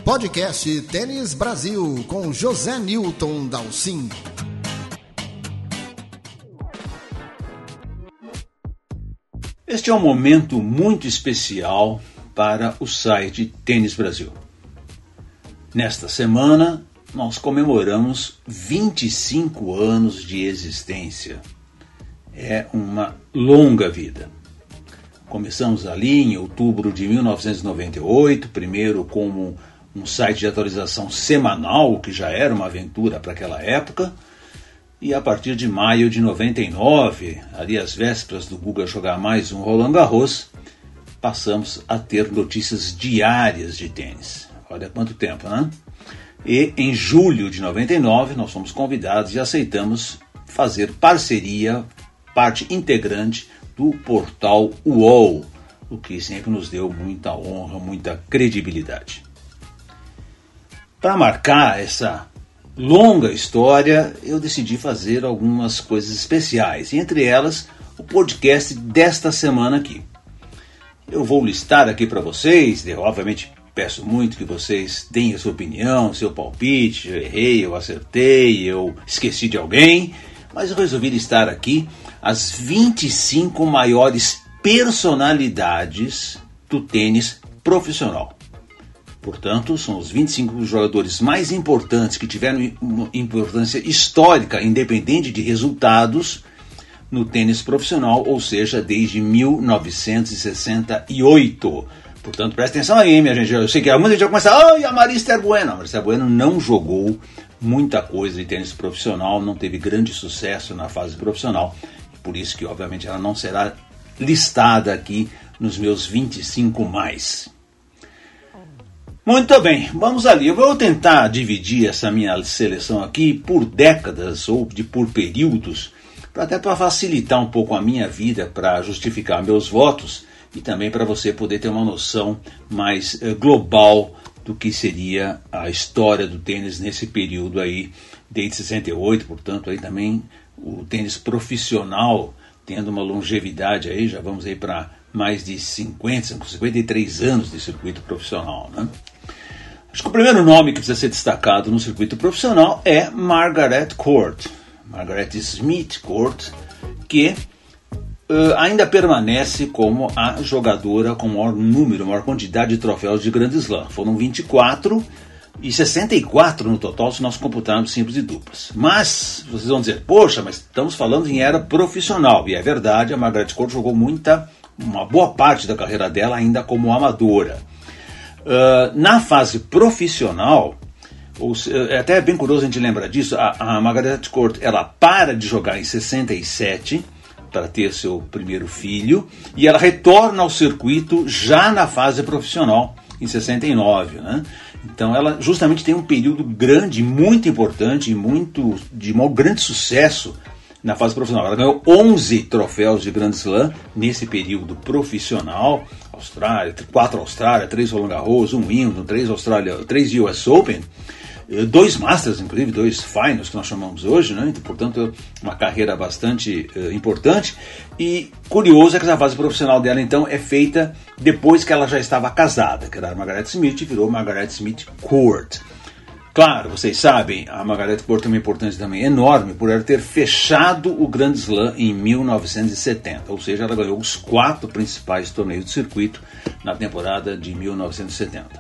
podcast Tênis Brasil com José Newton Dalcin. Este é um momento muito especial para o site Tênis Brasil. Nesta semana, nós comemoramos 25 anos de existência. É uma longa vida. Começamos ali em outubro de 1998, primeiro como um site de atualização semanal, que já era uma aventura para aquela época, e a partir de maio de 99, ali às vésperas do Guga jogar mais um Roland Garros, passamos a ter notícias diárias de tênis. Olha quanto tempo, né? E em julho de 99 nós fomos convidados e aceitamos fazer parceria, parte integrante do portal UOL, o que sempre nos deu muita honra, muita credibilidade. Para marcar essa longa história, eu decidi fazer algumas coisas especiais, e entre elas o podcast desta semana aqui. Eu vou listar aqui para vocês, eu obviamente peço muito que vocês deem a sua opinião, seu palpite, eu errei, eu acertei, eu esqueci de alguém, mas eu resolvi listar aqui as 25 maiores personalidades do tênis profissional. Portanto, são os 25 jogadores mais importantes que tiveram uma importância histórica, independente de resultados, no tênis profissional, ou seja, desde 1968. Portanto, presta atenção aí, minha gente. Eu sei que muita gente vai começar, a Marister Bueno. A Marister Bueno não jogou muita coisa de tênis profissional, não teve grande sucesso na fase profissional. Por isso que, obviamente, ela não será listada aqui nos meus 25 mais. Muito bem, vamos ali. Eu vou tentar dividir essa minha seleção aqui por décadas ou por períodos, até para facilitar um pouco a minha vida, para justificar meus votos e também para você poder ter uma noção mais global do que seria a história do tênis nesse período aí, desde 68, portanto, aí também o tênis profissional tendo uma longevidade aí, já vamos aí para mais de 53 anos de circuito profissional, né? Acho que o primeiro nome que precisa ser destacado no circuito profissional é Margaret Court, Margaret Smith Court, que ainda permanece como a jogadora com maior quantidade de troféus de Grand Slam. Foram 24 e 64 no total se nós computarmos simples e duplas. Mas vocês vão dizer, poxa, mas estamos falando em era profissional. E é verdade, a Margaret Court jogou uma boa parte da carreira dela ainda como amadora. Na fase profissional, é até bem curioso a gente lembrar disso, a Margaret Court ela para de jogar em 67 para ter seu primeiro filho e ela retorna ao circuito já na fase profissional em 69, né? Então ela justamente tem um período grande, muito importante e de um grande sucesso na fase profissional. Ela ganhou 11 troféus de Grand Slam nesse período profissional, 4 Austrália, 3 Roland Garros, 1 Wimbledon, 3 US Open, 2 Masters, inclusive 2 Finals, que nós chamamos hoje, né? Então, portanto, uma carreira bastante importante. E curioso é que a fase profissional dela, então, é feita depois que ela já estava casada, que era a Margaret Smith, e virou Margaret Smith Court. Claro, vocês sabem, a Margaret Court tem uma importância também enorme por ela ter fechado o Grand Slam em 1970, ou seja, ela ganhou os 4 principais torneios do circuito na temporada de 1970.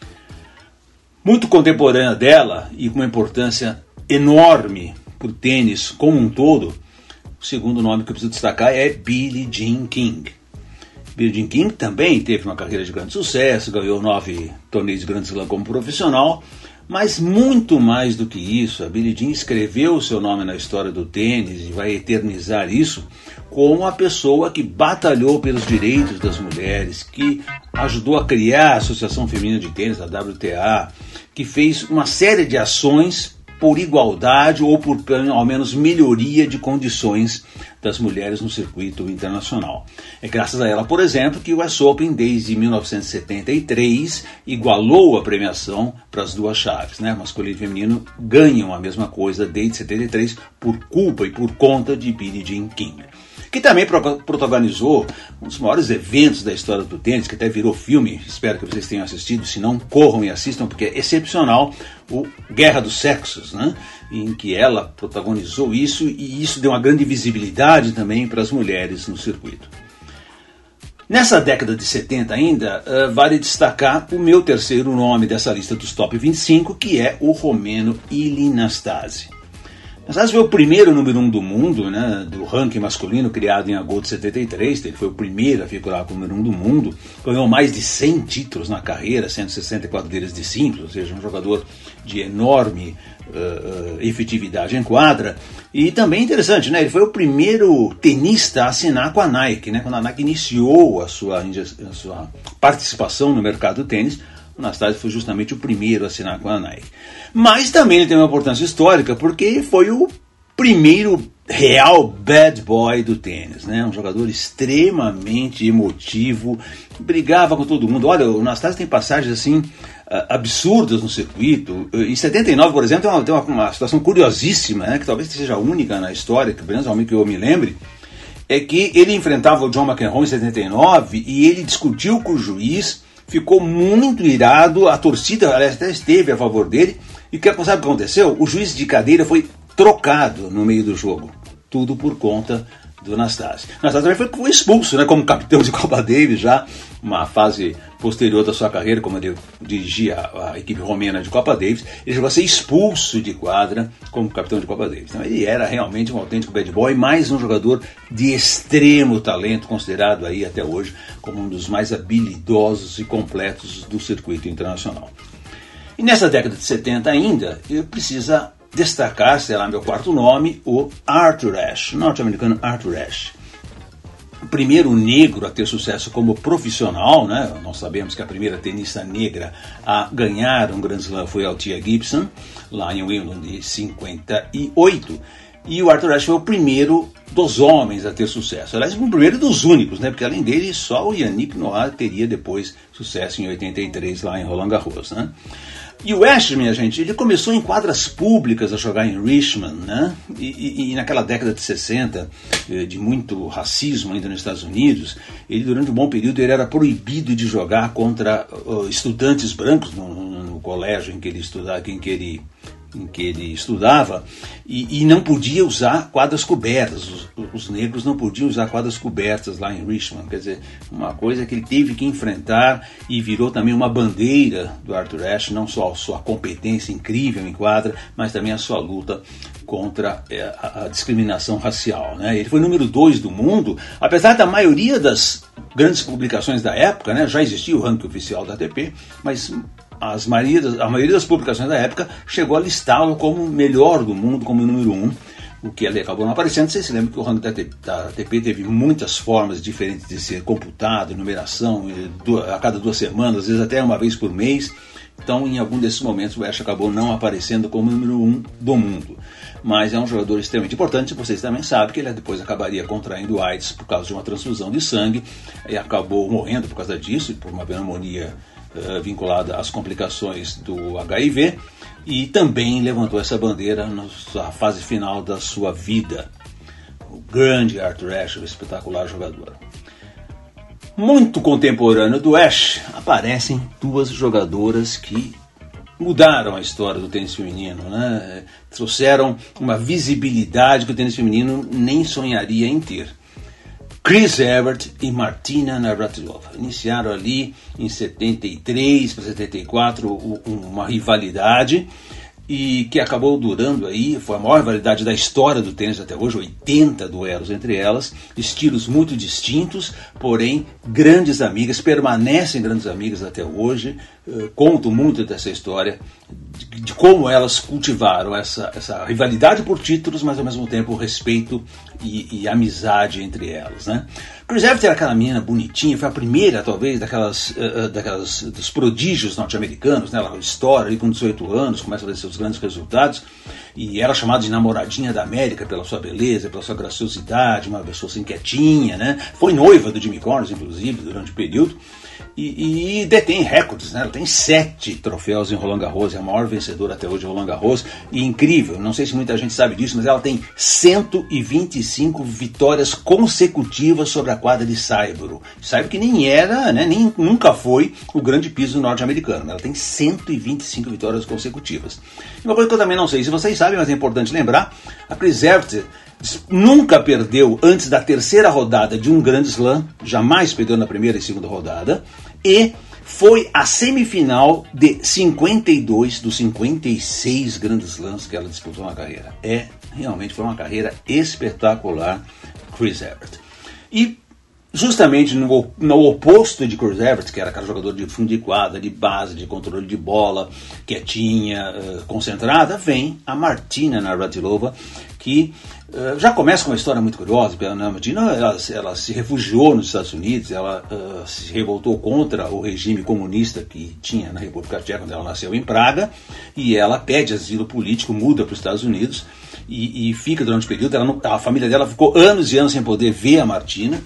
Muito contemporânea dela e com uma importância enorme para o tênis como um todo, o segundo nome que eu preciso destacar é Billie Jean King. Billie Jean King também teve uma carreira de grande sucesso, ganhou 9 torneios de Grand Slam como profissional, mas muito mais do que isso, a Billie Jean escreveu o seu nome na história do tênis e vai eternizar isso como a pessoa que batalhou pelos direitos das mulheres, que ajudou a criar a Associação Feminina de Tênis, a WTA, que fez uma série de ações por igualdade ou por, ao menos, melhoria de condições das mulheres no circuito internacional. É graças a ela, por exemplo, que o US Open, desde 1973, igualou a premiação para as duas chaves, né? Masculino e feminino ganham a mesma coisa desde 73 por culpa e por conta de Billie Jean King. que também protagonizou um dos maiores eventos da história do tênis, que até virou filme, espero que vocês tenham assistido, se não, corram e assistam, porque é excepcional, o Guerra dos Sexos, né? Em que ela protagonizou isso, e isso deu uma grande visibilidade também para as mulheres no circuito. Nessa década de 70 ainda, vale destacar o meu terceiro nome dessa lista dos top 25, que é o romeno Ilie Nastase. Nastase foi o primeiro número 1 do mundo, né, do ranking masculino, criado em agosto de 73, ele foi o primeiro a figurar como número 1 do mundo, ganhou mais de 100 títulos na carreira, 164 deles de simples, ou seja, um jogador de enorme efetividade em quadra. E também interessante, né, ele foi o primeiro tenista a assinar com a Nike, né, quando a Nike iniciou a sua participação no mercado do tênis. O Nastase foi justamente o primeiro a assinar com a Nike. Mas também ele tem uma importância histórica, porque foi o primeiro real bad boy do tênis, né? Um jogador extremamente emotivo, brigava com todo mundo. Olha, o Nastase tem passagens assim absurdas no circuito. Em 79, por exemplo, tem uma situação curiosíssima, né, que talvez seja única na história, que principalmente que eu me lembre, é que ele enfrentava o John McEnroe em 79 e ele discutiu com o juiz, ficou muito irado, a torcida, aliás, até esteve a favor dele, e sabe o que aconteceu? O juiz de cadeira foi trocado no meio do jogo, tudo por conta do Nastase. Nastase também foi expulso, né, como capitão de Copa Davis, já uma fase posterior da sua carreira, como ele dirigia a equipe romena de Copa Davis, ele chegou a ser expulso de quadra como capitão de Copa Davis. Então ele era realmente um autêntico bad boy, mais um jogador de extremo talento, considerado aí até hoje como um dos mais habilidosos e completos do circuito internacional. E nessa década de 70 ainda, precisa destacar, será meu quarto nome, o Arthur Ashe, norte-americano Arthur Ashe. O primeiro negro a ter sucesso como profissional, né? Nós sabemos que a primeira tenista negra a ganhar um Grand Slam foi a Althea Gibson, lá em Wimbledon de 58. E o Arthur Ashe foi o primeiro dos homens a ter sucesso. Aliás, o primeiro dos únicos, né? Porque além dele, só o Yannick Noah teria depois sucesso em 83 lá em Roland Garros, né? E o Ashe, minha gente, ele começou em quadras públicas a jogar em Richmond, né? E naquela década de 60, de muito racismo ainda nos Estados Unidos, ele durante um bom período ele era proibido de jogar contra estudantes brancos no colégio em que ele estudava, e não podia usar quadras cobertas. Os negros não podiam usar quadras cobertas lá em Richmond. Quer dizer, uma coisa que ele teve que enfrentar, e virou também uma bandeira do Arthur Ashe, não só a sua competência incrível em quadra, mas também a sua luta contra a discriminação racial, né? Ele foi número 2 do mundo, apesar da maioria das grandes publicações da época, né, já existia o ranking oficial da ATP, mas a maioria das publicações da época chegou a listá-lo como melhor do mundo, como número 1, o que ali acabou não aparecendo. Vocês se lembram que o ranking da ATP teve muitas formas diferentes de ser computado, numeração, a cada 2 semanas, às vezes até uma vez por mês. Então, em algum desses momentos, o Ashe acabou não aparecendo como número 1 do mundo. Mas é um jogador extremamente importante. Vocês também sabem que ele depois acabaria contraindo AIDS por causa de uma transfusão de sangue, e acabou morrendo por causa disso, por uma pneumonia vinculada às complicações do HIV, e também levantou essa bandeira na fase final da sua vida. O grande Arthur Ashe, o espetacular jogador. Muito contemporâneo do Ashe, aparecem 2 jogadoras que mudaram a história do tênis feminino, né? Trouxeram uma visibilidade que o tênis feminino nem sonharia em ter. Chris Evert e Martina Navratilova iniciaram ali em 73 para 74 uma rivalidade, e que acabou durando aí, foi a maior rivalidade da história do tênis até hoje, 80 duelos entre elas, estilos muito distintos, porém grandes amigas, permanecem grandes amigas até hoje. Conto muito dessa história, de como elas cultivaram essa rivalidade por títulos, mas ao mesmo tempo respeito e amizade entre elas, né? Chris Evert era aquela menina bonitinha, foi a primeira, talvez, dos prodígios norte-americanos, né? Ela estoura ali com 18 anos, começa a ver seus grandes resultados, e era chamada de namoradinha da América pela sua beleza, pela sua graciosidade, uma pessoa assim quietinha, né? Foi noiva do Jimmy Connors, inclusive, durante o período. e detém recordes, né? Ela tem 7 troféus em Roland Garros, é a maior vencedora até hoje de Roland Garros, e incrível, não sei se muita gente sabe disso, mas ela tem 125 vitórias consecutivas sobre a quadra de Saibro. Saibro que nem era, né, nunca foi o grande piso norte-americano, ela tem 125 vitórias consecutivas. E uma coisa que eu também não sei se vocês sabem, mas é importante lembrar, a Chris Evert nunca perdeu antes da terceira rodada de um Grand Slam, jamais perdeu na primeira e segunda rodada, e foi a semifinal de 52 dos 56 Grand Slams que ela disputou na carreira. Realmente foi uma carreira espetacular, Chris Evert. E justamente no oposto de Chris Evert, que era aquele jogador de fundo de quadra, de base, de controle de bola, quietinha, concentrada, vem a Martina Navratilova, que já começa com uma história muito curiosa. A Martina, ela se refugiou nos Estados Unidos, ela se revoltou contra o regime comunista que tinha na República Tcheca quando ela nasceu em Praga, e ela pede asilo político, muda para os Estados Unidos e fica durante o período. A família dela ficou anos e anos sem poder ver a Martina,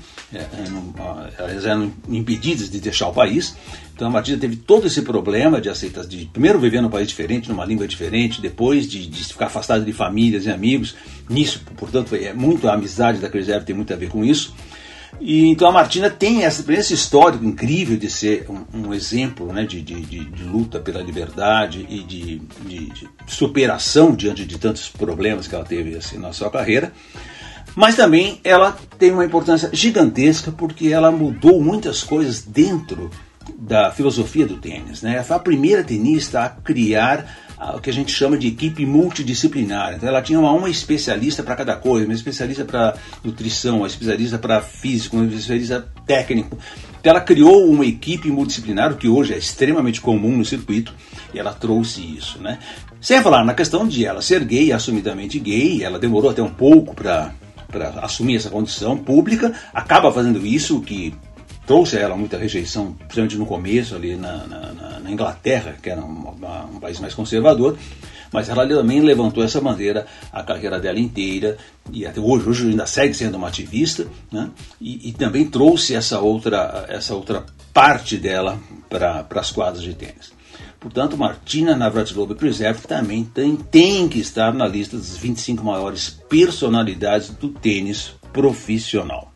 elas eram impedidas de deixar o país. Então a Martina teve todo esse problema de aceitar, de primeiro viver num país diferente, numa língua diferente, depois de ficar afastada de famílias e amigos. Nisso, portanto, muito a amizade da Chris Evert tem muito a ver com isso. E então a Martina tem esse histórico incrível de ser um exemplo, né, de luta pela liberdade e de superação diante de tantos problemas que ela teve assim, na sua carreira. Mas também ela tem uma importância gigantesca porque ela mudou muitas coisas dentro da filosofia do tênis, né? Ela foi a primeira tenista a criar o que a gente chama de equipe multidisciplinar. Então ela tinha uma especialista para cada coisa, uma especialista para nutrição, uma especialista para físico, uma especialista técnico. Então ela criou uma equipe multidisciplinar, o que hoje é extremamente comum no circuito, e ela trouxe isso, né? Sem falar na questão de ela ser gay, assumidamente gay, ela demorou até um pouco para assumir essa condição pública, acaba fazendo isso, que trouxe a ela muita rejeição, principalmente no começo, ali na Inglaterra, que era um país mais conservador, mas ela também levantou essa bandeira a carreira dela inteira, e até hoje ainda segue sendo uma ativista, né? E também trouxe essa outra parte dela para as quadras de tênis. Portanto, Martina Navratilova e Chris Evert também tem que estar na lista das 25 maiores personalidades do tênis profissional.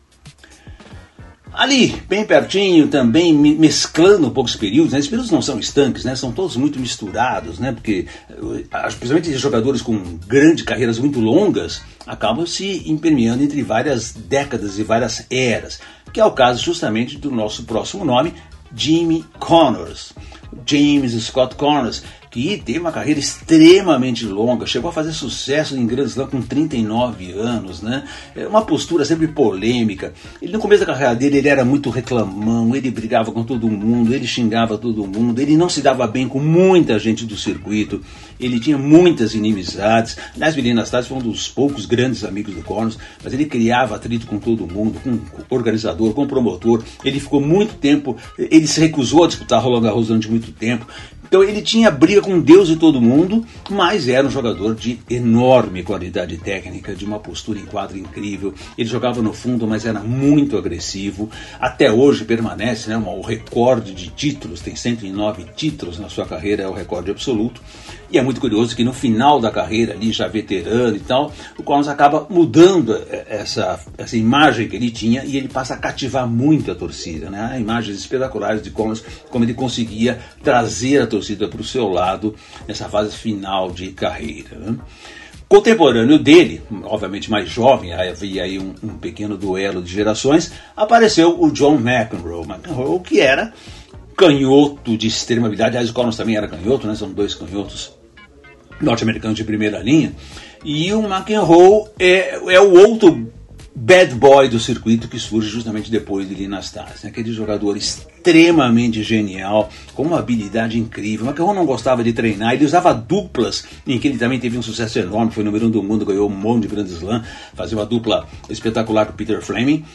Ali, bem pertinho, também mesclando um pouco os períodos, né? Esses períodos não são estanques, né? São todos muito misturados, né? Porque, principalmente jogadores com grandes carreiras muito longas, acabam se impermeando entre várias décadas e várias eras, que é o caso justamente do nosso próximo nome, Jimmy Connors. James Scott Connors, que teve uma carreira extremamente longa, chegou a fazer sucesso em Grand Slam com 39 anos, né? Uma postura sempre polêmica. Ele, no começo da carreira dele, ele era muito reclamão, ele brigava com todo mundo, ele xingava todo mundo, ele não se dava bem com muita gente do circuito, ele tinha muitas inimizades. Aliás, Milena Stasi foi um dos poucos grandes amigos do Connors, mas ele criava atrito com todo mundo, com o organizador, com o promotor. Ele ficou muito tempo, ele se recusou a disputar Roland Garros durante muito tempo. Então ele tinha briga com Deus e todo mundo, mas era um jogador de enorme qualidade técnica, de uma postura em quadra incrível. Ele jogava no fundo, mas era muito agressivo. Até hoje permanece, né, o recorde de títulos, tem 109 títulos na sua carreira, é o recorde absoluto. E é muito curioso que no final da carreira, ali já veterano e tal, o Connors acaba mudando essa imagem que ele tinha e ele passa a cativar muito a torcida, né? Há imagens espetaculares de Connors, como ele conseguia trazer a torcida para o seu lado nessa fase final de carreira, né? Contemporâneo dele, obviamente mais jovem, havia aí um pequeno duelo de gerações, apareceu o John McEnroe. McEnroe, que era canhoto de extrema habilidade. Aliás, o Connors também era canhoto, né? São dois canhotos norte-americanos de primeira linha. E o McEnroe é o outro bad boy do circuito que surge justamente depois de Lina Stasi, né? Aquele jogador extremamente genial, com uma habilidade incrível. O McEnroe não gostava de treinar, ele usava duplas, em que ele também teve um sucesso enorme, foi número 1 do mundo, ganhou um monte de Grand Slam, fazia uma dupla espetacular com o Peter Fleming,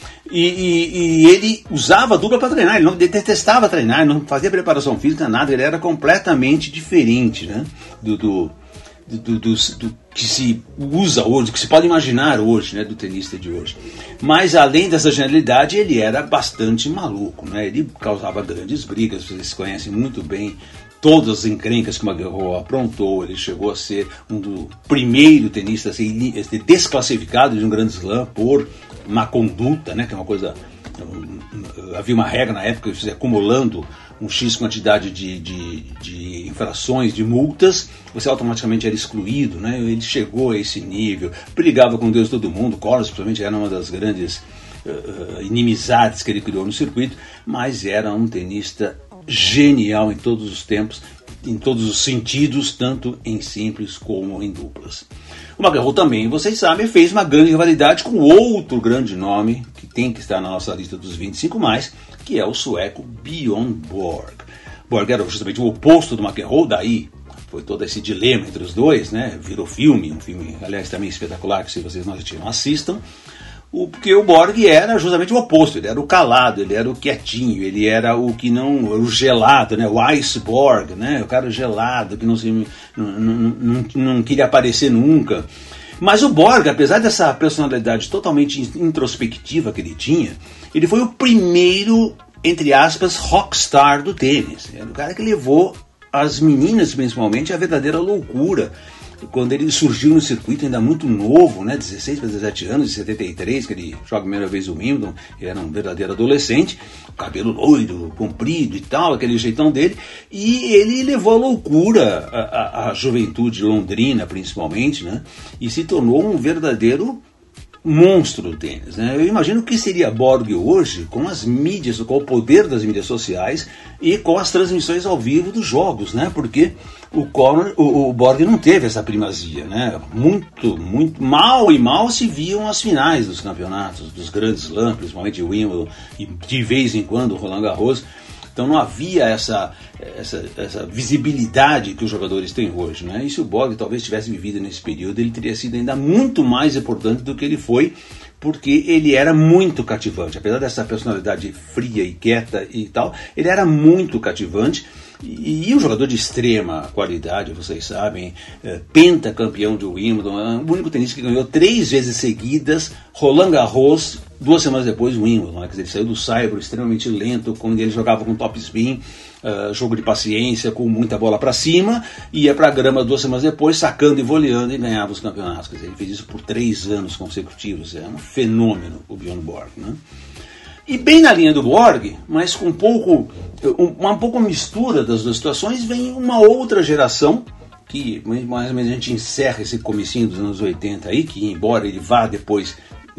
e ele usava a dupla para treinar, ele não detestava treinar, ele não fazia preparação física, nada, ele era completamente diferente, né, do que se usa hoje, do que se pode imaginar hoje, né, do tenista de hoje. Mas além dessa genialidade, ele era bastante maluco, né? Ele causava grandes brigas, vocês conhecem muito bem todas as encrencas que o McEnroe aprontou. Ele chegou a ser um do primeiro tenista a ser desclassificado de um grande slam por má conduta, né, que é uma coisa... Havia uma regra na época, acumulando um X quantidade de infrações, de multas, você automaticamente era excluído, né? Ele chegou a esse nível, brigava com Deus e todo mundo. Collins, principalmente, era uma das grandes inimizades que ele criou no circuito, mas era um tenista genial em todos os tempos, em todos os sentidos, tanto em simples como em duplas. O McEnroe também, vocês sabem, fez uma grande rivalidade com outro grande nome que tem que estar na nossa lista dos 25 mais, que é o sueco Bjorn Borg. Borg era justamente o oposto do McEnroe, daí foi todo esse dilema entre os dois, né? Virou filme, um filme, aliás, também espetacular, que se vocês não assistiram, assistam. Porque o Borg era justamente o oposto, ele era o calado, ele era o quietinho, ele era o que não, o gelado, né? O iceborg, né? O cara gelado, que não queria aparecer nunca. Mas o Borg, apesar dessa personalidade totalmente introspectiva que ele tinha, ele foi o primeiro, entre aspas, rockstar do tênis. Era o cara que levou as meninas, principalmente, à verdadeira loucura. Quando ele surgiu no circuito ainda muito novo, né, 16 para 17 anos, em 73, que ele joga a primeira vez o Wimbledon, ele era um verdadeiro adolescente, cabelo loiro, comprido e tal, aquele jeitão dele, e ele levou à loucura a juventude londrina, principalmente, né, e se tornou um verdadeiro monstro do tênis, né? Eu imagino o que seria Borg hoje com as mídias, com o poder das mídias sociais e com as transmissões ao vivo dos jogos, né? Porque o Borg não teve essa primazia, né? Muito mal se viam as finais dos campeonatos, dos grandes slams, principalmente o Wimbledon e de vez em quando o Roland Garros. Então não havia essa visibilidade que os jogadores têm hoje, né? E se o Borg talvez tivesse vivido nesse período, ele teria sido ainda muito mais importante do que ele foi, porque ele era muito cativante. Apesar dessa personalidade fria e quieta e tal, ele era muito cativante. E um jogador de extrema qualidade, vocês sabem, pentacampeão de Wimbledon, o único tenista que ganhou 3 vezes seguidas Roland Garros, 2 semanas depois o Wimbledon, né? Quer dizer, ele saiu do saibro extremamente lento, quando ele jogava com top spin, jogo de paciência, com muita bola para cima, ia para a grama 2 semanas depois, sacando e voleando, e ganhava os campeonatos. Quer dizer, ele fez isso por 3 anos consecutivos, é um fenômeno o Bjorn Borg, né? E bem na linha do Borg, mas com uma pouco mistura das duas situações, vem uma outra geração, que mais ou menos a gente encerra esse comecinho dos anos 80 aí, que embora ele vá depois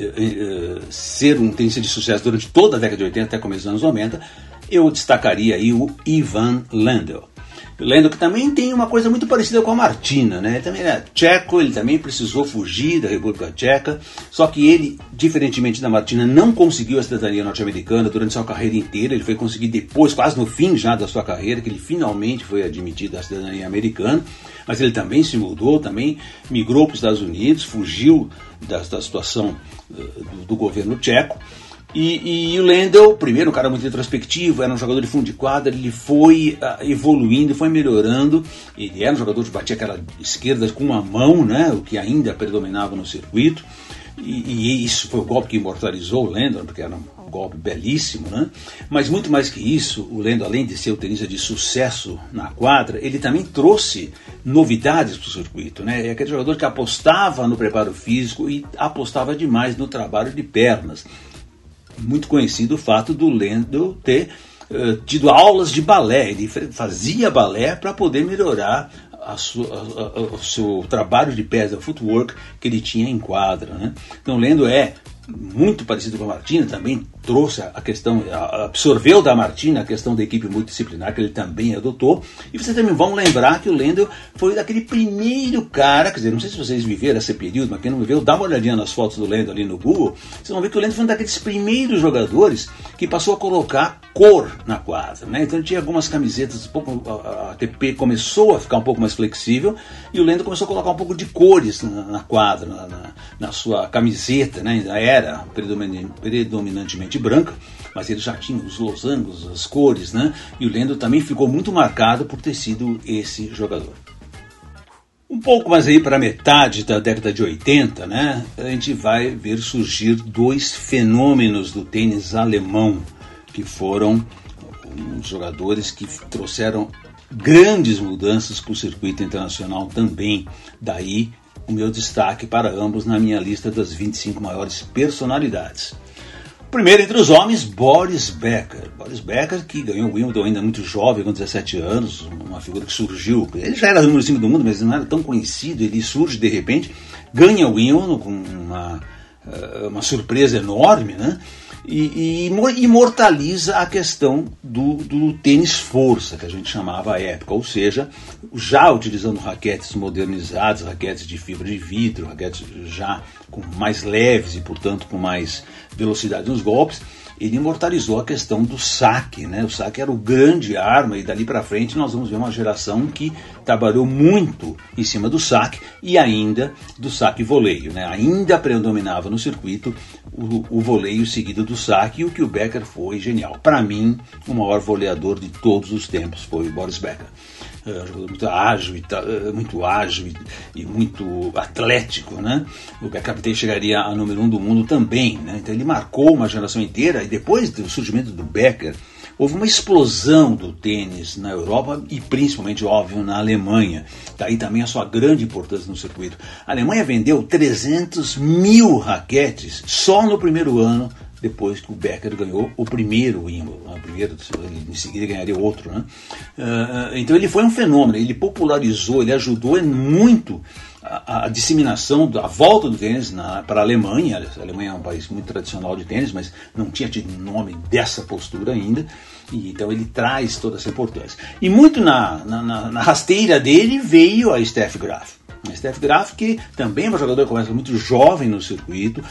ser um tenista de sucesso durante toda a década de 80 até começo dos anos 90, eu destacaria aí o Ivan Lendl. Lendo que também tem uma coisa muito parecida com a Martina, né? Ele também era tcheco, ele também precisou fugir da República Tcheca, só que ele, diferentemente da Martina, não conseguiu a cidadania norte-americana durante sua carreira inteira. Ele foi conseguir depois, quase no fim já da sua carreira, que ele finalmente foi admitido à cidadania americana, mas ele também se mudou, também migrou para os Estados Unidos, fugiu da situação do governo tcheco. E o Lendl, primeiro um cara muito introspectivo, era um jogador de fundo de quadra, ele foi evoluindo, foi melhorando. Ele era um jogador que batia aquela esquerda com uma mão, né, o que ainda predominava no circuito. E isso foi o golpe que imortalizou o Lendl, porque era um golpe belíssimo, né? Mas muito mais que isso, o Lendl, além de ser o tenista de sucesso na quadra, ele também trouxe novidades para o circuito, né? É aquele jogador que apostava no preparo físico e apostava demais no trabalho de pernas. Muito conhecido o fato do Lendl ter tido aulas de balé. Ele fazia balé para poder melhorar o seu trabalho de pés, o footwork que ele tinha em quadra, né? Então o Lendl é muito parecido com a Martina, também trouxe a questão, absorveu da Martina a questão da equipe multidisciplinar que ele também adotou. E vocês também vão lembrar que o Lendl foi daquele primeiro cara, quer dizer, não sei se vocês viveram esse período, mas quem não viveu, dá uma olhadinha nas fotos do Lendl ali no Google, vocês vão ver que o Lendl foi um daqueles primeiros jogadores que passou a colocar cor na quadra, né? Então ele tinha algumas camisetas, a ATP começou a ficar um pouco mais flexível e o Lendl começou a colocar um pouco de cores na quadra, na sua camiseta, né? Ainda era predominantemente branca, mas ele já tinha os losangos, as cores, né? E o Lendl também ficou muito marcado por ter sido esse jogador. Um pouco mais aí para metade da década de 80, né, a gente vai ver surgir dois fenômenos do tênis alemão, que foram os jogadores que trouxeram grandes mudanças para o circuito internacional também. Daí o meu destaque para ambos na minha lista das 25 maiores personalidades. Primeiro entre os homens, Boris Becker. Boris Becker, que ganhou o Wimbledon ainda muito jovem, com 17 anos, uma figura que surgiu. Ele já era número 5 do mundo, mas não era tão conhecido. Ele surge de repente, ganha o Wimbledon com uma surpresa enorme, né? E imortaliza a questão do tênis força, que a gente chamava à época, ou seja, já utilizando raquetes modernizadas, raquetes de fibra de vidro, raquetes já com mais leves e, portanto, com mais velocidade nos golpes. Ele imortalizou a questão do saque, né? O saque era o grande arma, e dali para frente nós vamos ver uma geração que trabalhou muito em cima do saque e ainda do saque e voleio, né? Ainda predominava no circuito o voleio seguido do saque, e o que o Becker foi genial. Para mim, o maior voleador de todos os tempos foi o Boris Becker. Um jogador muito ágil e muito atlético, né? O Becker chegaria a número 1 do mundo também, né? Então ele marcou uma geração inteira, e depois do surgimento do Becker houve uma explosão do tênis na Europa e principalmente, óbvio, na Alemanha. Daí também a sua grande importância no circuito. A Alemanha vendeu 300 mil raquetes só no primeiro ano, depois que o Becker ganhou o primeiro Wimbledon, em seguida ganharia outro, né? Então ele foi um fenômeno, ele popularizou, ele ajudou muito a disseminação, a volta do tênis para a Alemanha. A Alemanha é um país muito tradicional de tênis, mas não tinha tido nome dessa postura ainda, e então ele traz toda essa importância. E muito na rasteira dele veio a Steffi Graf. A Steffi Graf, que também é uma jogadora que começa muito jovem no circuito,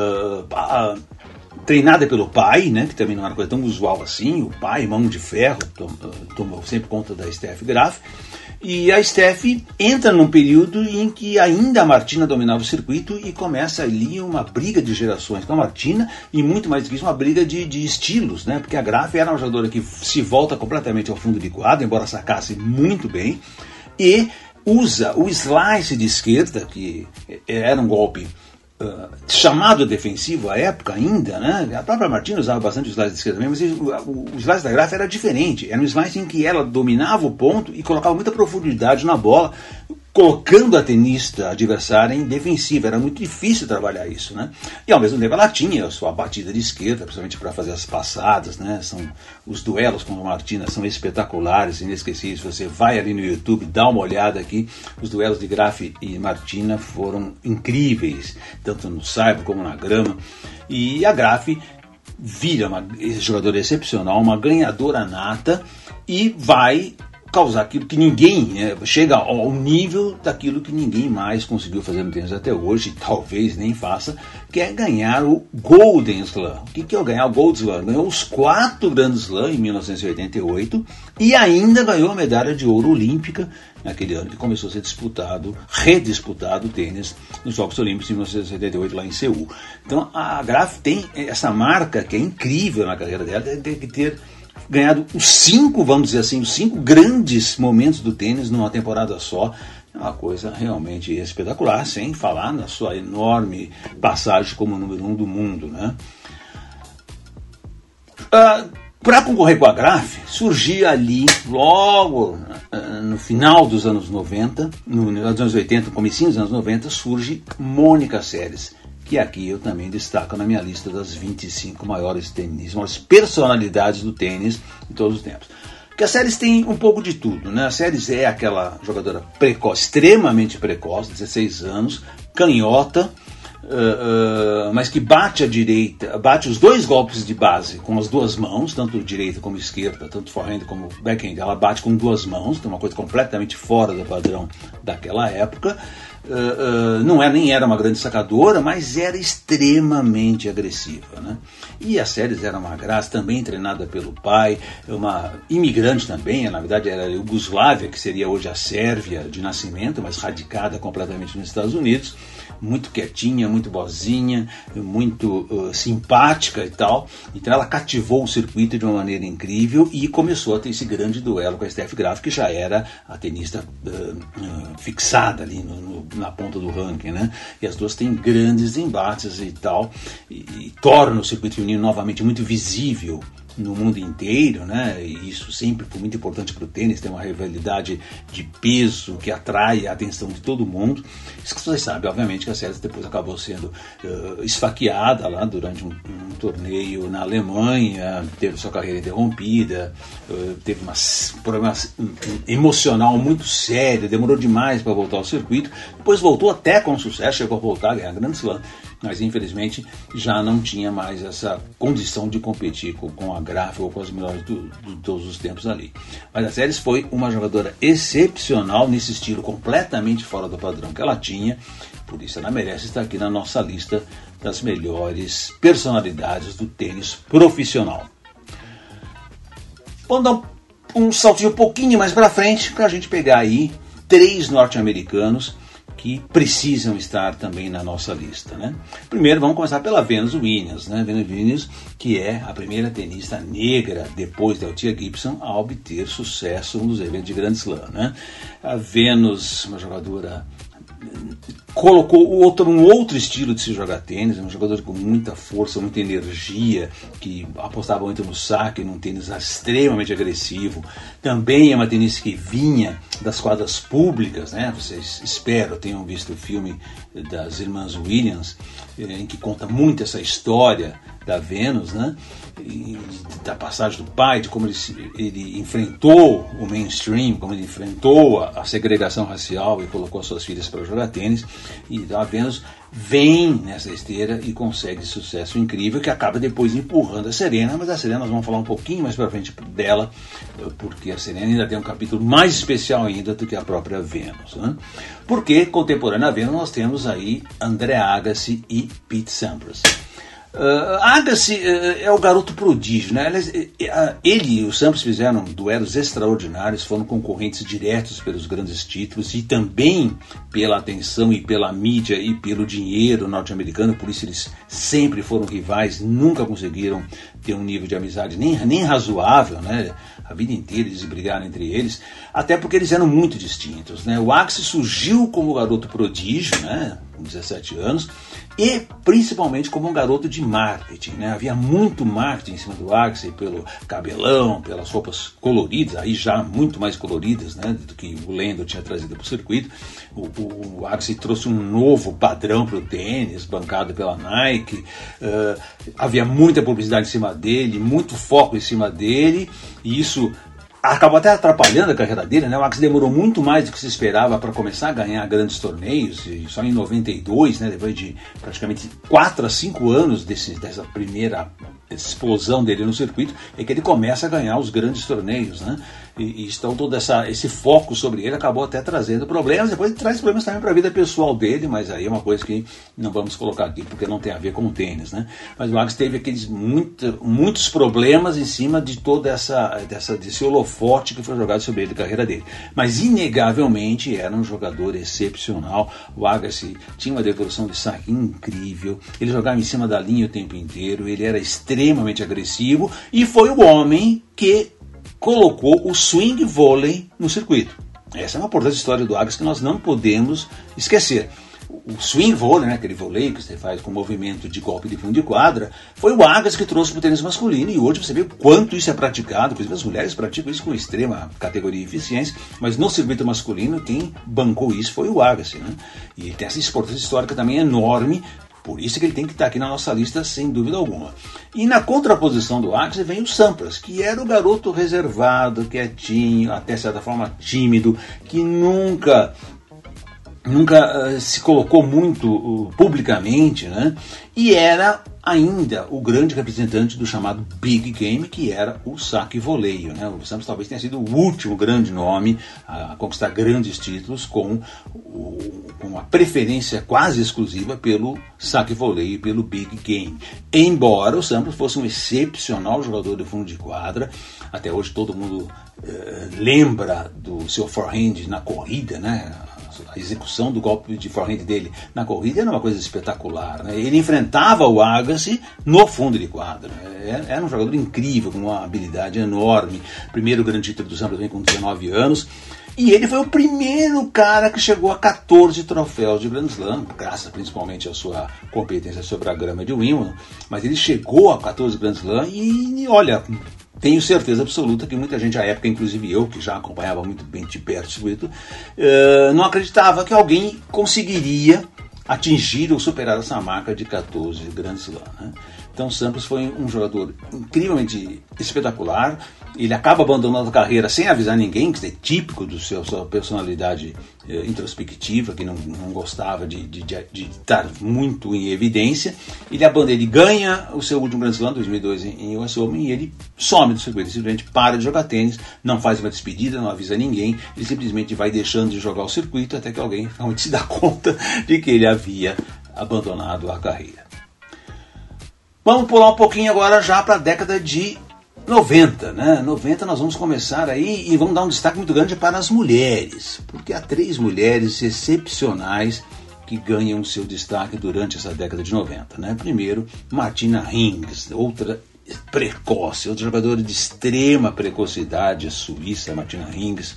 treinada pelo pai, né, que também não era uma coisa tão usual assim. O pai, mão de ferro, tomou sempre conta da Steffi Graf. E a Steffi entra num período em que ainda a Martina dominava o circuito, e começa ali uma briga de gerações com a Martina, e muito mais do que isso, uma briga de estilos, né? Porque a Graf era uma jogadora que se volta completamente ao fundo de quadro, embora sacasse muito bem, e usa o slice de esquerda, que era um golpe chamado defensivo à época ainda, né? A própria Martina usava bastante o slice de esquerda mesmo, mas o slice da Graf era diferente. Era um slice em que ela dominava o ponto e colocava muita profundidade na bola, colocando a tenista adversária em defensiva. Era muito difícil trabalhar isso, né? E ao mesmo tempo ela tinha a sua batida de esquerda, principalmente para fazer as passadas, né? Os duelos com a Martina são espetaculares, inesquecíveis. Você vai ali no YouTube, dá uma olhada aqui. Os duelos de Graf e Martina foram incríveis, tanto no saibro como na grama. E a Graf vira uma jogadora excepcional, uma ganhadora nata, e vai causar aquilo que ninguém, chega ao nível daquilo que ninguém mais conseguiu fazer no tênis até hoje, talvez nem faça, que é ganhar o Golden Slam. O que é ganhar o Gold Slam? Ganhou os 4 Grand Slam em 1988 e ainda ganhou a medalha de ouro olímpica naquele ano que começou a ser redisputado o tênis nos Jogos Olímpicos em 1978 lá em Seul. Então a Graf tem essa marca que é incrível na carreira dela, tem que ter ganhado os 5, vamos dizer assim, os 5 grandes momentos do tênis numa temporada só. É uma coisa realmente espetacular, sem falar na sua enorme passagem como número 1 do mundo, né? Para concorrer com a Graf, surgia ali, logo no final dos anos 90, nos anos 80, comecinho dos anos 90, surge Mônica Seles, que aqui eu também destaco na minha lista das 25 maiores personalidades do tênis de todos os tempos. Porque a Seles tem um pouco de tudo, né? A Seles é aquela jogadora precoce, extremamente precoce, 16 anos, canhota, mas que bate a direita, bate os 2 golpes de base com as 2 mãos, tanto direita como esquerda, tanto forehand como backhand, ela bate com 2 mãos, então uma coisa completamente fora do padrão daquela época. Nem era uma grande sacadora, mas era extremamente agressiva, né? E a Seles era uma graça, também treinada pelo pai, uma imigrante também, na verdade era a Iugoslávia, que seria hoje a Sérvia de nascimento, mas radicada completamente nos Estados Unidos, muito quietinha, muito boazinha, muito simpática e tal. Então ela cativou o circuito de uma maneira incrível e começou a ter esse grande duelo com a Steffi Graf, que já era a tenista fixada ali na ponta do ranking, né? E as duas têm grandes embates e tal, e torna o circuito feminino novamente muito visível no mundo inteiro, né? E isso sempre foi muito importante para o tênis, tem uma rivalidade de peso que atrai a atenção de todo mundo. Isso que vocês sabem, obviamente, que a Sérgio depois acabou sendo esfaqueada lá durante um torneio na Alemanha, teve sua carreira interrompida, teve um problema emocional muito sério, demorou demais para voltar ao circuito, depois voltou até com sucesso, chegou a voltar a ganhar Grand Slam, mas infelizmente já não tinha mais essa condição de competir com a Graf ou com as melhores de todos os tempos ali. Mas a Seles foi uma jogadora excepcional nesse estilo completamente fora do padrão que ela tinha, por isso ela merece estar aqui na nossa lista das melhores personalidades do tênis profissional. Vamos dar um saltinho um pouquinho mais para frente para a gente pegar aí 3 norte-americanos que precisam estar também na nossa lista, né? Primeiro vamos começar pela Venus Williams, né? Venus Williams, que é a primeira tenista negra depois da Althea Gibson a obter sucesso nos eventos de Grand Slam, né? A Venus, uma jogadora, colocou um outro estilo de se jogar tênis, um jogador com muita força, muita energia, que apostava muito no saque, num tênis extremamente agressivo. Também é uma tenista que vinha das quadras públicas, né? Vocês espero tenham visto o filme das irmãs Williams, em que conta muito essa história da Venus, né? E da passagem do pai, de como ele enfrentou o mainstream, como ele enfrentou a segregação racial e colocou suas filhas para jogar tênis. E a Venus vem nessa esteira e consegue sucesso incrível, que acaba depois empurrando a Serena, mas a Serena nós vamos falar um pouquinho mais para frente dela, porque a Serena ainda tem um capítulo mais especial ainda do que a própria Venus, né? Porque contemporânea a Venus nós temos aí André Agassi e Pete Sampras. Agassi é o garoto prodígio, né? Ele e o Sampras fizeram duelos extraordinários, foram concorrentes diretos pelos grandes títulos e também pela atenção e pela mídia e pelo dinheiro norte-americano, por isso eles sempre foram rivais, nunca conseguiram ter um nível de amizade nem razoável, né? A vida inteira eles brigaram entre eles, até porque eles eram muito distintos, né? O Agassi surgiu como garoto prodígio, né? Com 17 anos, e principalmente como um garoto de marketing, né? Havia muito marketing em cima do Agassi, pelo cabelão, pelas roupas coloridas, aí já muito mais coloridas, né, do que o Lendl tinha trazido para o circuito. O Agassi trouxe um novo padrão para o tênis, bancado pela Nike. Havia muita publicidade em cima dele, muito foco em cima dele, e isso acabou até atrapalhando a carreira dele, né? O Agassi demorou muito mais do que se esperava para começar a ganhar grandes torneios, e só em 92, né, depois de praticamente 4 a 5 anos dessa primeira explosão dele no circuito, é que ele começa a ganhar os grandes torneios, né? E então todo esse foco sobre ele acabou até trazendo problemas, depois traz problemas também para a vida pessoal dele, mas aí é uma coisa que não vamos colocar aqui porque não tem a ver com o tênis, né? Mas o Agassi teve muitos problemas em cima de toda desse holofote que foi jogado sobre ele, da carreira dele. Mas inegavelmente era um jogador excepcional. O Agassi tinha uma devolução de saque incrível, ele jogava em cima da linha o tempo inteiro, ele era extremamente agressivo e foi o homem que colocou o swing vôlei no circuito. Essa é uma importante história do Agassi que nós não podemos esquecer. O swing vôlei, né, aquele vôlei que você faz com movimento de golpe de fundo de quadra, foi o Agassi que trouxe para o tênis masculino, e hoje você vê o quanto isso é praticado. Inclusive as mulheres praticam isso com extrema categoria e eficiência, mas no circuito masculino quem bancou isso foi o Agassi, né? E ele tem essa importância histórica também enorme. Por isso que ele tem que estar aqui na nossa lista, sem dúvida alguma. E na contraposição do Agassi vem o Sampras, que era o garoto reservado, quietinho, até certa forma tímido, que nunca se colocou muito publicamente, né? E era ainda o grande representante do chamado Big Game, que era o saque e voleio, né? O Sampras talvez tenha sido o último grande nome a conquistar grandes títulos com a preferência quase exclusiva pelo saque e voleio e pelo Big Game. Embora o Sampras fosse um excepcional jogador de fundo de quadra, até hoje todo mundo lembra do seu forehand na corrida, né? a execução do golpe de forehand dele na corrida era uma coisa espetacular, né? Ele enfrentava o Agassi no fundo de quadra. Era um jogador incrível, com uma habilidade enorme. Primeiro grande título do Samba também com 19 anos. E ele foi o primeiro cara que chegou a 14 troféus de Grand Slam, graças principalmente à sua competência sobre a grama de Wimbledon. Mas ele chegou a 14 Grand Slam e olha, tenho certeza absoluta que muita gente à época, inclusive eu, que já acompanhava muito bem de perto o circuito, não acreditava que alguém conseguiria atingir ou superar essa marca de 14 Grand Slam, né? Então Sampras foi um jogador incrivelmente espetacular. Ele acaba abandonando a carreira sem avisar ninguém, que é típico da sua personalidade introspectiva, que não gostava de estar muito em evidência. Ele ganha o seu último Grand Slam, 2002, em US Open, e ele some do circuito. Ele simplesmente para de jogar tênis, não faz uma despedida, não avisa ninguém, ele simplesmente vai deixando de jogar o circuito até que alguém realmente se dá conta de que ele havia abandonado a carreira. Vamos pular um pouquinho agora já para a década de 90, né? 90 nós vamos começar aí e vamos dar um destaque muito grande para as mulheres, porque há 3 mulheres excepcionais que ganham seu destaque durante essa década de 90, né? Primeiro, Martina Hingis, outra precoce, outra jogadora de extrema precocidade, a suíça Martina Hingis,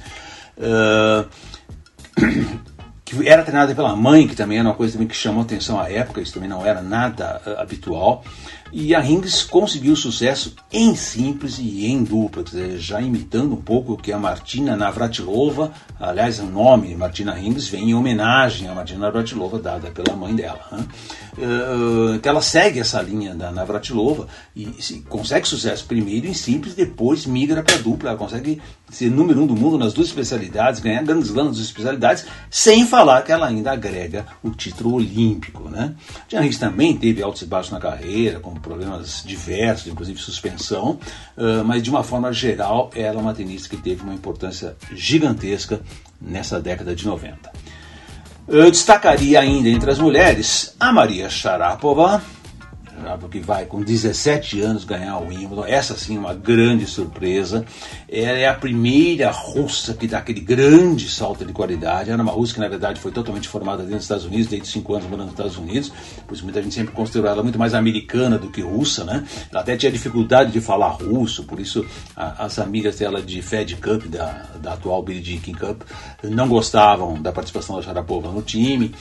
que era treinada pela mãe, que também era uma coisa também que chamou atenção à época, isso também não era nada habitual. E a Hingis conseguiu sucesso em simples e em dupla, quer dizer, já imitando um pouco o que a Martina Navratilova, aliás, o nome Martina Hingis vem em homenagem a Martina Navratilova, dada pela mãe dela, né? Que ela segue essa linha da Navratilova e consegue sucesso primeiro em simples, depois migra para dupla. Ela consegue ser número 1 do mundo nas 2 especialidades, ganhar grandes lãs nas 2 especialidades, sem falar que ela ainda agrega o título olímpico, né? A Hingis também teve altos e baixos na carreira, com problemas diversos, inclusive suspensão, mas de uma forma geral ela é uma tenista que teve uma importância gigantesca nessa década de 90. Eu destacaria ainda entre as mulheres a Maria Sharapova, que vai com 17 anos ganhar o Wimbledon. Essa sim, uma grande surpresa. Ela é a primeira russa que dá aquele grande salto de qualidade. Ela é uma russa que na verdade foi totalmente formada dentro dos Estados Unidos, desde 5 anos morando nos Estados Unidos, por isso muita gente sempre considerou ela muito mais americana do que russa, né? Ela até tinha dificuldade de falar russo, por isso as amigas dela de Fed Cup, da atual Billie Jean King Cup, não gostavam da participação da Sharapova no time.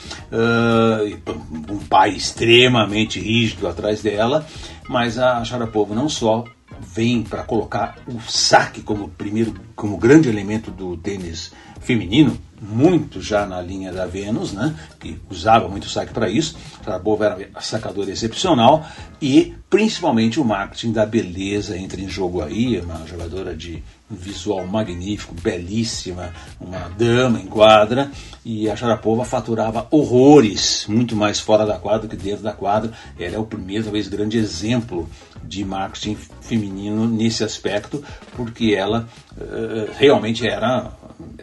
Um pai extremamente rígido atrás dela, mas a Sharapova não só vem para colocar o saque como grande elemento do tênis feminino, muito já na linha da Venus, né, que usava muito saque para isso. A Sharapova era uma sacadora excepcional e principalmente o marketing da beleza entra em jogo aí. Uma jogadora de visual magnífico, belíssima, uma dama em quadra, e a Sharapova faturava horrores, muito mais fora da quadra do que dentro da quadra. Ela é o primeiro, talvez, grande exemplo de marketing feminino nesse aspecto, porque ela realmente era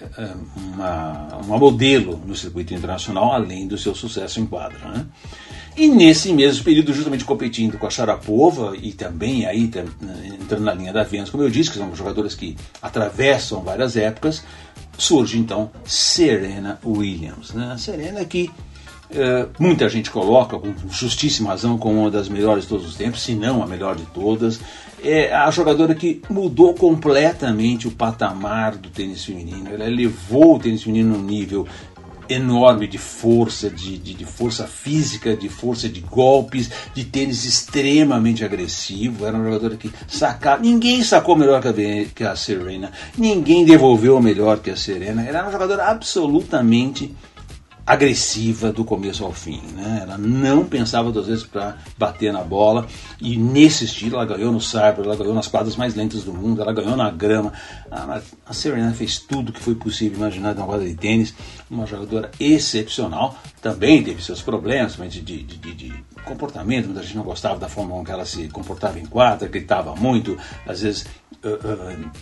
uma modelo no circuito internacional, além do seu sucesso em quadra, né? E nesse mesmo período, justamente competindo com a Sharapova e também aí entrando na linha da Venus, como eu disse, que são jogadoras que atravessam várias épocas, surge então Serena Williams, né? A Serena que muita gente coloca, com justíssima razão, como uma das melhores de todos os tempos, se não a melhor de todas. É a jogadora que mudou completamente o patamar do tênis feminino. Ela elevou o tênis feminino num nível enorme de força, de força física, de força de golpes, de tênis extremamente agressivo. Era uma jogadora que sacava, ninguém sacou melhor que a Serena, ninguém devolveu melhor que a Serena. Ela era uma jogadora absolutamente agressiva do começo ao fim, né? Ela não pensava 2 vezes para bater na bola, e nesse estilo ela ganhou no saibro, ela ganhou nas quadras mais lentas do mundo, ela ganhou na grama. A Serena fez tudo que foi possível imaginar de uma quadra de tênis, uma jogadora excepcional. Também teve seus problemas de comportamento, muita gente não gostava da forma como ela se comportava em quadra, gritava muito, às vezes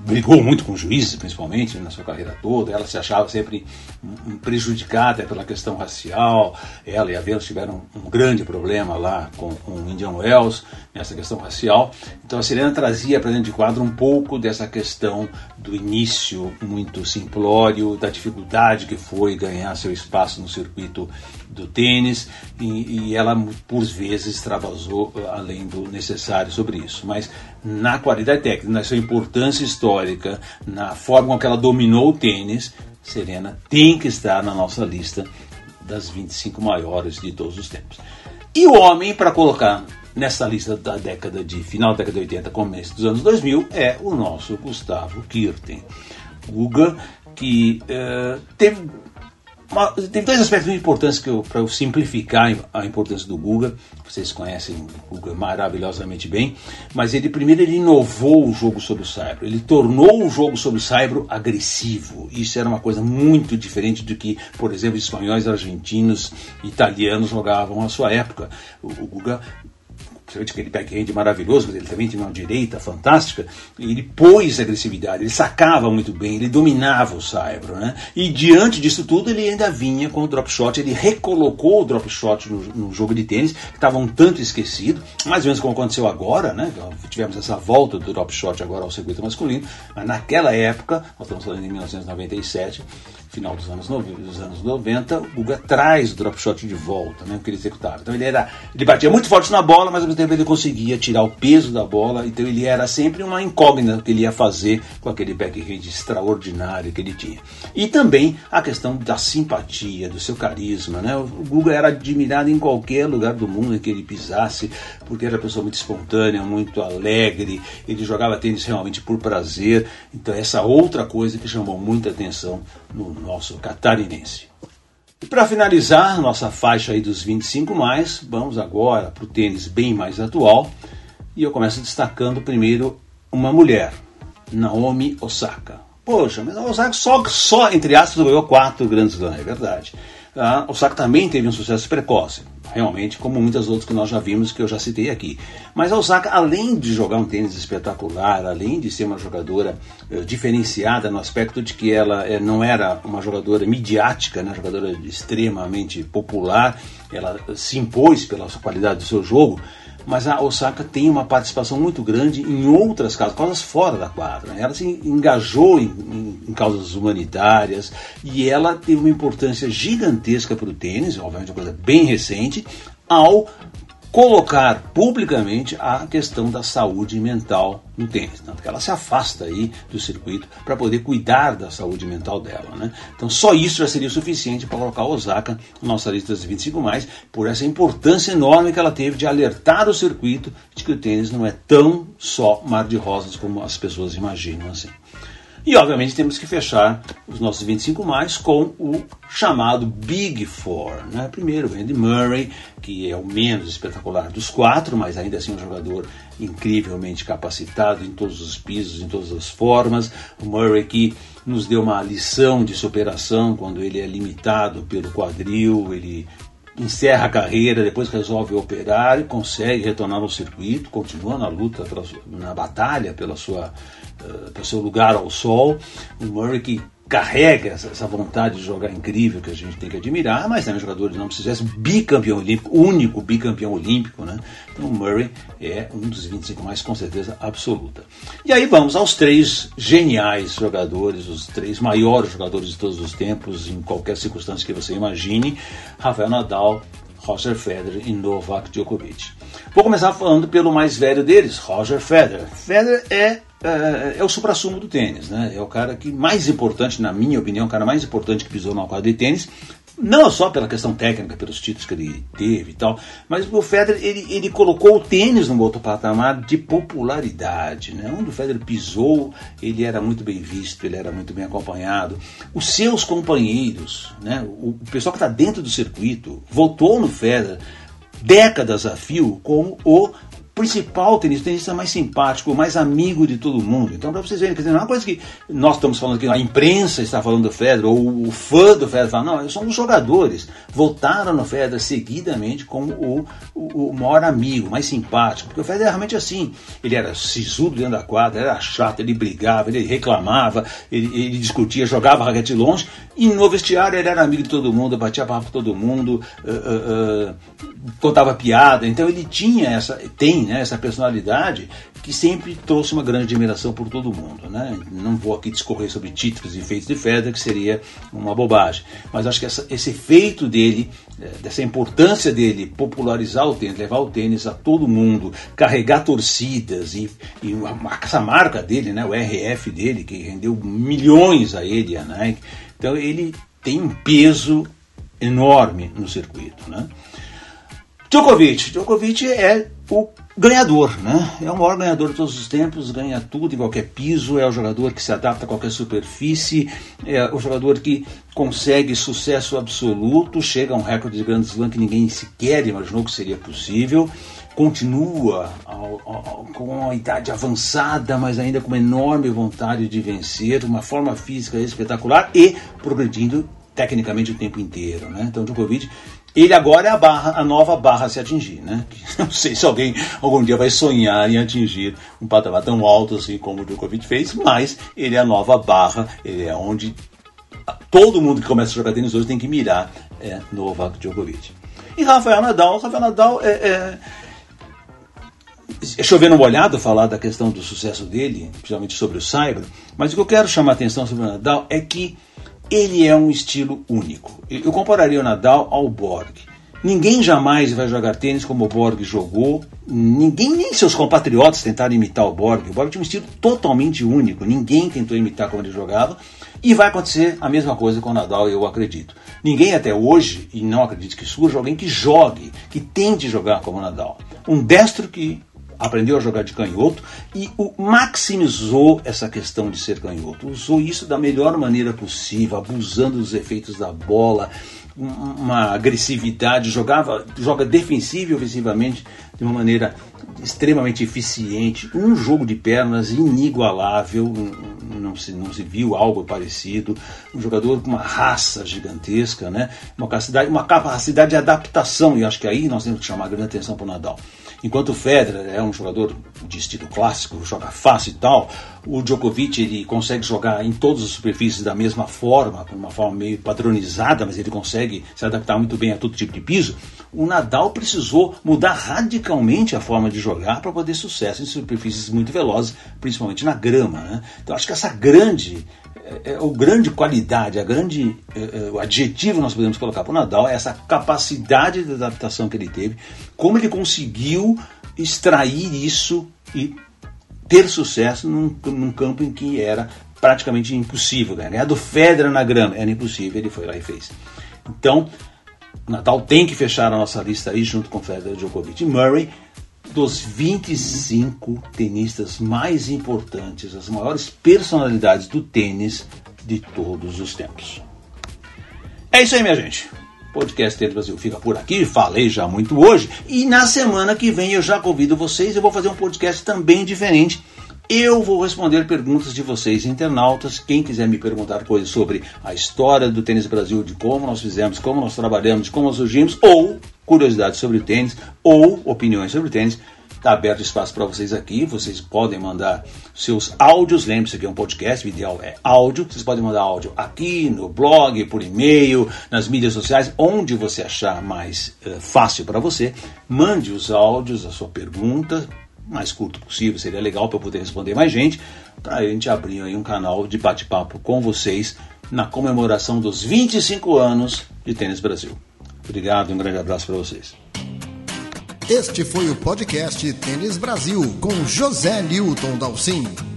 brigou muito com juízes, principalmente, na sua carreira toda. Ela se achava sempre prejudicada pela questão racial. Ela e a Venus tiveram um grande problema lá com o Indian Wells, nessa questão racial. Então a Serena trazia para dentro de quadro um pouco dessa questão do início muito simplório, da dificuldade que foi ganhar seu espaço no circuito do tênis, e ela por vezes extravasou além do necessário sobre isso. Mas na qualidade técnica, na sua importância histórica, na forma com que ela dominou o tênis, Serena tem que estar na nossa lista das 25 maiores de todos os tempos. E o homem, para colocar nessa lista da década de final da década de 80, começo dos anos 2000, é o nosso Gustavo Kuerten. Guga, que teve dois aspectos muito importantes para eu simplificar a importância do Guga. Vocês conhecem o Guga maravilhosamente bem, mas ele inovou o jogo sobre o saibro. Ele tornou o jogo sobre o saibro agressivo. Isso era uma coisa muito diferente do que, por exemplo, espanhóis, argentinos, italianos jogavam à sua época. O Guga, principalmente aquele backhand maravilhoso, mas ele também tinha uma direita fantástica, ele pôs agressividade, ele sacava muito bem, ele dominava o saibro, né? E diante disso tudo ele ainda vinha com o drop shot, ele recolocou o drop shot no jogo de tênis, que estava um tanto esquecido, mais ou menos como aconteceu agora, né? Tivemos essa volta do drop shot agora ao circuito masculino, mas naquela época, nós estamos falando em 1997, final dos anos 90, o Guga traz o drop shot de volta, né, o que ele executava. Então ele batia muito forte na bola, mas ao mesmo tempo ele conseguia tirar o peso da bola, então ele era sempre uma incógnita que ele ia fazer com aquele backhand extraordinário que ele tinha. E também a questão da simpatia, do seu carisma, né? O Guga era admirado em qualquer lugar do mundo em que ele pisasse, porque era uma pessoa muito espontânea, muito alegre, ele jogava tênis realmente por prazer. Então essa outra coisa que chamou muita atenção no nosso catarinense. E para finalizar nossa faixa aí dos 25 mais, vamos agora para o tênis bem mais atual, e eu começo destacando primeiro uma mulher, Naomi Osaka. Poxa, mas a Osaka só entre aspas ganhou 4 Grand Slam, é verdade. A Osaka também teve um sucesso precoce, realmente, como muitas outras que nós já vimos, que eu já citei aqui. Mas a Osaka, além de jogar um tênis espetacular, além de ser uma jogadora diferenciada no aspecto de que ela não era uma jogadora midiática, né, jogadora extremamente popular, ela se impôs pela sua qualidade do seu jogo, mas a Osaka tem uma participação muito grande em outras causas fora da quadra, né? Ela se engajou em causas humanitárias e ela teve uma importância gigantesca para o tênis, obviamente uma coisa bem recente, ao colocar publicamente a questão da saúde mental no tênis, tanto que ela se afasta aí do circuito para poder cuidar da saúde mental dela, né? Então só isso já seria suficiente para colocar a Osaka na nossa lista das 25 mais, por essa importância enorme que ela teve de alertar o circuito de que o tênis não é tão só mar de rosas como as pessoas imaginam assim. E obviamente temos que fechar os nossos 25 mais com o chamado Big Four, né? Primeiro o Andy Murray, que é o menos espetacular dos 4, mas ainda assim um jogador incrivelmente capacitado em todos os pisos, em todas as formas. O Murray que nos deu uma lição de superação quando ele é limitado pelo quadril, ele encerra a carreira, depois resolve operar e consegue retornar ao circuito, continua na luta, na batalha pelo seu lugar ao sol. O Murray que carrega essa vontade de jogar incrível que a gente tem que admirar, mas também jogador de nome de sucesso, bicampeão olímpico, único bicampeão olímpico, né? Então o Murray é um dos 25 mais com certeza absoluta. E aí vamos aos 3 geniais jogadores, os 3 maiores jogadores de todos os tempos, em qualquer circunstância que você imagine: Rafael Nadal, Roger Federer e Novak Djokovic. Vou começar falando pelo mais velho deles, Roger Federer. Federer é o suprassumo do tênis, né? É o cara que mais importante, na minha opinião, o cara mais importante que pisou na quadra de tênis, não só pela questão técnica, pelos títulos que ele teve e tal, mas o Federer, ele colocou o tênis num outro patamar de popularidade, né? Onde o Federer pisou, ele era muito bem visto, ele era muito bem acompanhado. Os seus companheiros, né? O pessoal que está dentro do circuito, votou no Federer décadas a fio como o principal tenista mais simpático, mais amigo de todo mundo. Então, para vocês verem, quer dizer, não é uma coisa que nós estamos falando aqui, a imprensa está falando do Federer, ou o fã do Federer fala, não, são os jogadores. Votaram no Federer seguidamente como o maior amigo, mais simpático, porque o Federer é realmente assim, ele era sisudo dentro da quadra, era chato, ele brigava, ele reclamava, ele discutia, jogava a raquete longe, e no vestiário ele era amigo de todo mundo, batia papo com todo mundo, contava piada. Então ele tem essa personalidade que sempre trouxe uma grande admiração por todo mundo, né? Não vou aqui discorrer sobre títulos e feitos de Federer, que seria uma bobagem, mas acho que esse efeito dele, dessa importância dele popularizar o tênis, levar o tênis a todo mundo, carregar torcidas e essa marca dele, né, o RF dele, que rendeu milhões a ele, a Nike. Então ele tem um peso enorme no circuito, né? Djokovic é o ganhador, né? É o maior ganhador de todos os tempos, ganha tudo em qualquer piso, é o jogador que se adapta a qualquer superfície, é o jogador que consegue sucesso absoluto, chega a um recorde de Grand Slam que ninguém sequer imaginou que seria possível, continua com uma idade avançada, mas ainda com uma enorme vontade de vencer, uma forma física espetacular e progredindo tecnicamente o tempo inteiro, né? Então Djokovic, ele agora é a nova barra a se atingir, né? Não sei se alguém algum dia vai sonhar em atingir um patamar tão alto assim como o Djokovic fez, mas ele é a nova barra, ele é onde todo mundo que começa a jogar tênis hoje tem que mirar, Novak Djokovic. E Rafael Nadal é chovendo molhado falar da questão do sucesso dele, principalmente sobre o Saibro, mas o que eu quero chamar a atenção sobre o Nadal é que ele é um estilo único. Eu compararia o Nadal ao Borg. Ninguém jamais vai jogar tênis como o Borg jogou. Ninguém, nem seus compatriotas tentaram imitar o Borg. O Borg tinha um estilo totalmente único. Ninguém tentou imitar como ele jogava. E vai acontecer a mesma coisa com o Nadal, eu acredito. Ninguém até hoje, e não acredito que surja, alguém que jogue, que tente jogar como o Nadal. Um destro que aprendeu a jogar de canhoto e maximizou essa questão de ser canhoto. Usou isso da melhor maneira possível, abusando dos efeitos da bola, uma agressividade, joga defensivo e ofensivamente de uma maneira extremamente eficiente, um jogo de pernas inigualável, não se viu algo parecido, um jogador com uma raça gigantesca, né? uma capacidade de adaptação, e acho que aí nós temos que chamar grande atenção para o Nadal. Enquanto o Federer é um jogador de estilo clássico, joga fácil e tal, o Djokovic ele consegue jogar em todas as superfícies da mesma forma, com uma forma meio padronizada, mas ele consegue se adaptar muito bem a todo tipo de piso. O Nadal precisou mudar radicalmente a forma de jogar para poder sucesso em superfícies muito velozes, principalmente na grama, né? Então acho que essa grande qualidade, o adjetivo que nós podemos colocar para o Nadal é essa capacidade de adaptação que ele teve, como ele conseguiu extrair isso e ter sucesso num campo em que era praticamente impossível ganhar do Federer na grama, era impossível, ele foi lá e fez. Então, o Nadal tem que fechar a nossa lista aí junto com Federer, Djokovic e Murray, dos 25 tenistas mais importantes, as maiores personalidades do tênis de todos os tempos. É isso aí, minha gente. O podcast Tênis Brasil fica por aqui, falei já muito hoje, e na semana que vem eu já convido vocês, eu vou fazer um podcast também diferente. Eu vou responder perguntas de vocês, internautas. Quem quiser me perguntar coisas sobre a história do Tênis Brasil, de como nós fizemos, como nós trabalhamos, de como nós surgimos, ou curiosidades sobre o tênis, ou opiniões sobre o tênis, está aberto espaço para vocês aqui. Vocês podem mandar seus áudios, lembre-se que é um podcast, o ideal é áudio. Vocês podem mandar áudio aqui, no blog, por e-mail, nas mídias sociais, onde você achar mais fácil para você. Mande os áudios, a sua pergunta, mais curto possível, seria legal para eu poder responder mais gente, para a gente abrir aí um canal de bate-papo com vocês na comemoração dos 25 anos de Tênis Brasil. Obrigado e um grande abraço para vocês. Este foi o podcast Tênis Brasil com José Newton Dalcin.